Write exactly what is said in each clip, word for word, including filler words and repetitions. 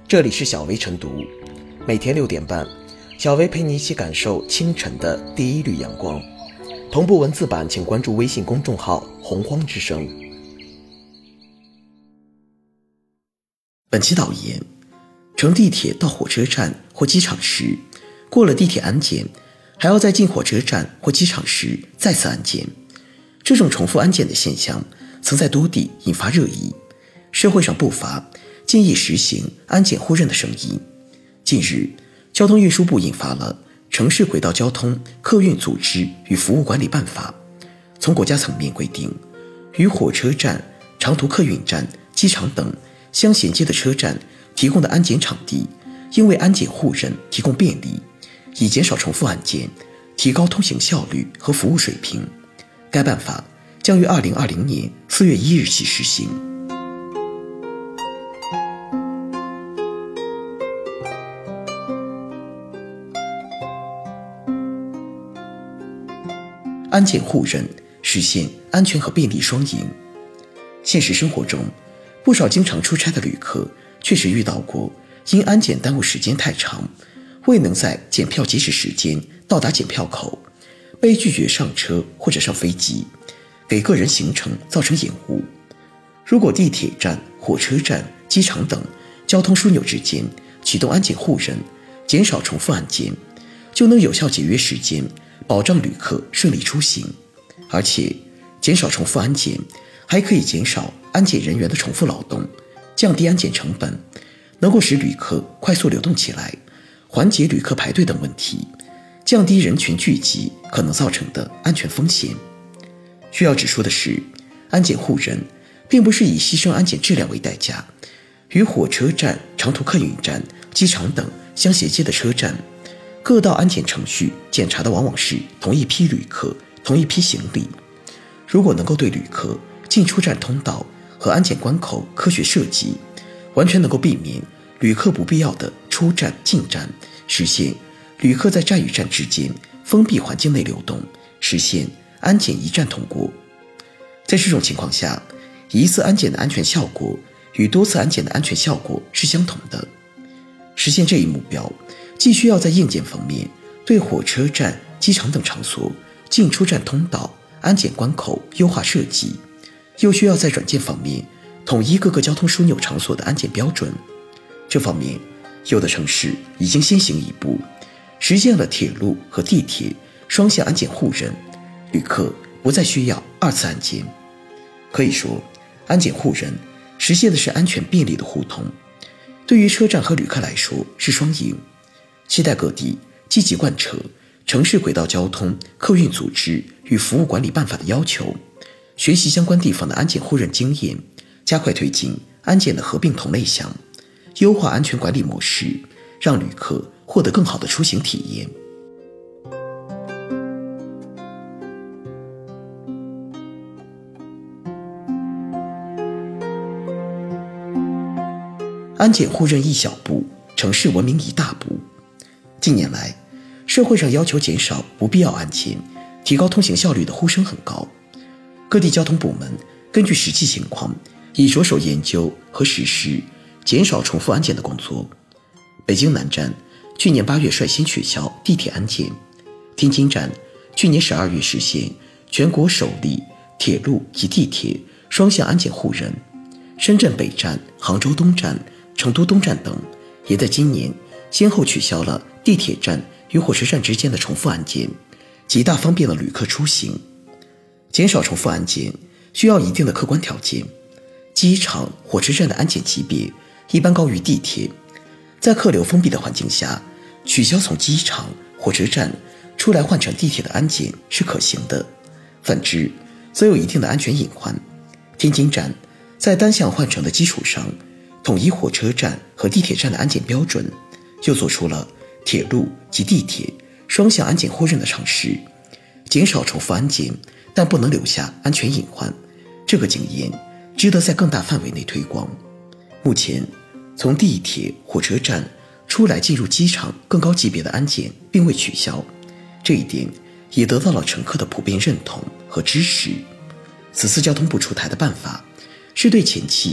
这里是小薇晨读，每天六点半，小薇陪你一起感受清晨的第一缕阳光。同步文字版请关注微信公众号洪荒之声。本期导言：乘地铁到火车站或机场时，过了地铁安检，还要在进火车站或机场时再次安检。这种重复安检的现象曾在多地引发热议，社会上不乏建议实行安检互认的声音。近日，交通运输部印发了《城市轨道交通客运组织与服务管理办法》，从国家层面规定，与火车站、长途客运站、机场等相衔接的车站提供的安检场地，应为安检互认提供便利，以减少重复安检，提高通行效率和服务水平。该办法将于二零二零年四月一日起实行。安检互认实现安全和便利双赢。现实生活中，不少经常出差的旅客确实遇到过因安检耽误时间太长，未能在检票截止时间到达检票口，被拒绝上车或者上飞机，给个人行程造成延误。如果地铁站、火车站、机场等交通枢纽之间启动安检互认，减少重复安检，就能有效节约时间，保障旅客顺利出行。而且减少重复安检还可以减少安检人员的重复劳动，降低安检成本，能够使旅客快速流动起来，缓解旅客排队等问题，降低人群聚集可能造成的安全风险。需要指出的是，安检互认并不是以牺牲安检质量为代价，与火车站、长途客运站、机场等相衔接的车站，各道安检程序检查的往往是同一批旅客、同一批行李。如果能够对旅客进出站通道和安检关口科学设计，完全能够避免旅客不必要的出站进站，实现旅客在站与站之间封闭环境内流动，实现安检一站通过。在这种情况下，一次安检的安全效果与多次安检的安全效果是相同的。实现这一目标，既需要在硬件方面对火车站、机场等场所进出站通道、安检关口优化设计，又需要在软件方面统一各个交通枢纽场所的安检标准。这方面，有的城市已经先行一步，实现了铁路和地铁双向安检互认，旅客不再需要二次安检。可以说，安检互认实现的是安全便利的互通，对于车站和旅客来说是双赢。期待各地积极贯彻《城市轨道交通客运组织与服务管理办法》的要求，学习相关地方的安检互认经验，加快推进安检的合并同类项，优化安全管理模式，让旅客获得更好的出行体验。安检互认一小步，城市文明一大步。近年来，社会上要求减少不必要安检、提高通行效率的呼声很高。各地交通部门根据实际情况，已着手研究和实施减少重复安检的工作。北京南站去年八月率先取消地铁安检，天津站去年十二月实现全国首例铁路及地铁双向安检互认，深圳北站、杭州东站、成都东站等也在今年先后取消了地铁站与火车站之间的重复安检，极大方便了旅客出行。减少重复安检需要一定的客观条件，机场、火车站的安检级别一般高于地铁，在客流封闭的环境下，取消从机场、火车站出来换乘地铁的安检是可行的。反之，则有一定的安全隐患。天津站在单向换乘的基础上，统一火车站和地铁站的安检标准，又做出了铁路及地铁双向安检互认的尝试，减少重复安检，但不能留下安全隐患。这个经验值得在更大范围内推广。目前，从地铁、火车站出来进入机场更高级别的安检并未取消，这一点也得到了乘客的普遍认同和支持。此次交通部出台的办法，是对前期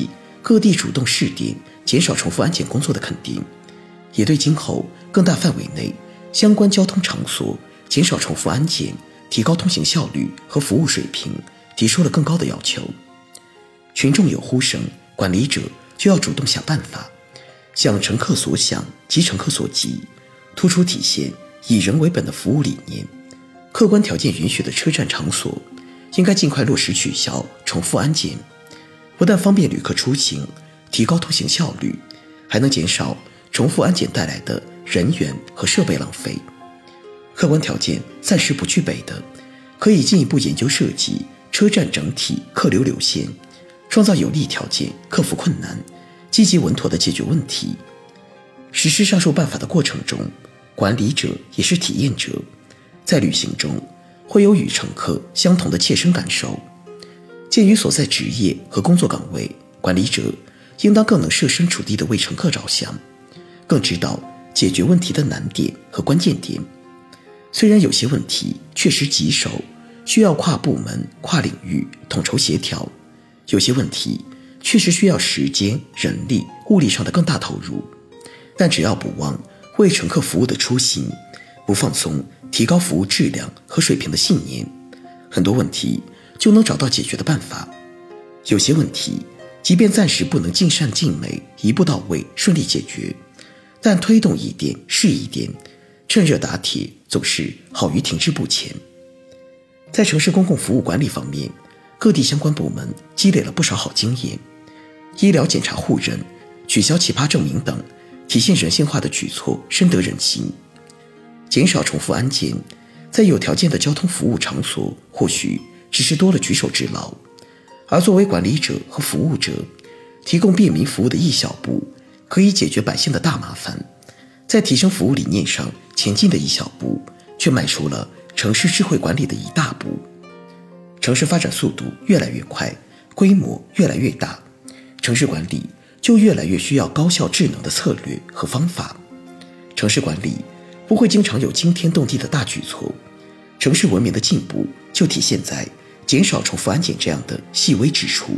各地主动试点减少重复安检工作的肯定，也对今后更大范围内相关交通场所减少重复安检、提高通行效率和服务水平提出了更高的要求。群众有呼声，管理者就要主动想办法，向乘客所想及乘客所急，突出体现以人为本的服务理念。客观条件允许的车站场所，应该尽快落实取消重复安检，不但方便旅客出行，提高通行效率，还能减少重复安检带来的人员和设备浪费。客观条件暂时不具备的，可以进一步研究设计车站整体客流流线，创造有利条件克服困难，积极稳妥地解决问题。实施上述办法的过程中，管理者也是体验者，在旅行中会有与乘客相同的切身感受。鉴于所在职业和工作岗位，管理者应当更能设身处地地为乘客着想，更知道解决问题的难点和关键点。虽然有些问题确实棘手，需要跨部门、跨领域统筹协调，有些问题确实需要时间、人力、物力上的更大投入，但只要不忘为乘客服务的初心，不放松提高服务质量和水平的信念，很多问题就能找到解决的办法。有些问题即便暂时不能尽善尽美、一步到位顺利解决，但推动一点是一点，趁热打铁总是好于停滞不前。在城市公共服务管理方面，各地相关部门积累了不少好经验，医疗检查互认、取消奇葩证明等体现人性化的举措深得人心。减少重复安检，在有条件的交通服务场所或许只是多了举手之劳，而作为管理者和服务者，提供便民服务的一小步可以解决百姓的大麻烦，在提升服务理念上前进的一小步，却迈出了城市智慧管理的一大步。城市发展速度越来越快，规模越来越大，城市管理就越来越需要高效智能的策略和方法。城市管理不会经常有惊天动地的大举措，城市文明的进步就体现在减少重复安检这样的细微之处。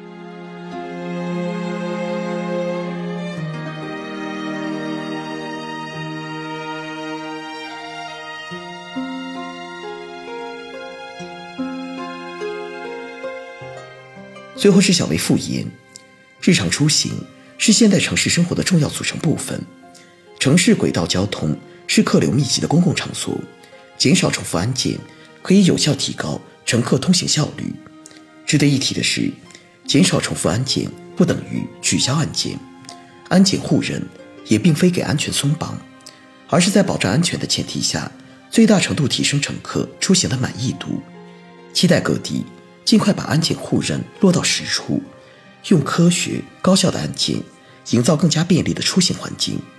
最后是小微复言，日常出行是现代城市生活的重要组成部分，城市轨道交通是客流密集的公共场所，减少重复安检可以有效提高乘客通行效率。值得一提的是，减少重复安检不等于取消安检，安检互认也并非给安全松绑，而是在保障安全的前提下，最大程度提升乘客出行的满意度。期待各地尽快把安检互认落到实处，用科学高效的安检营造更加便利的出行环境。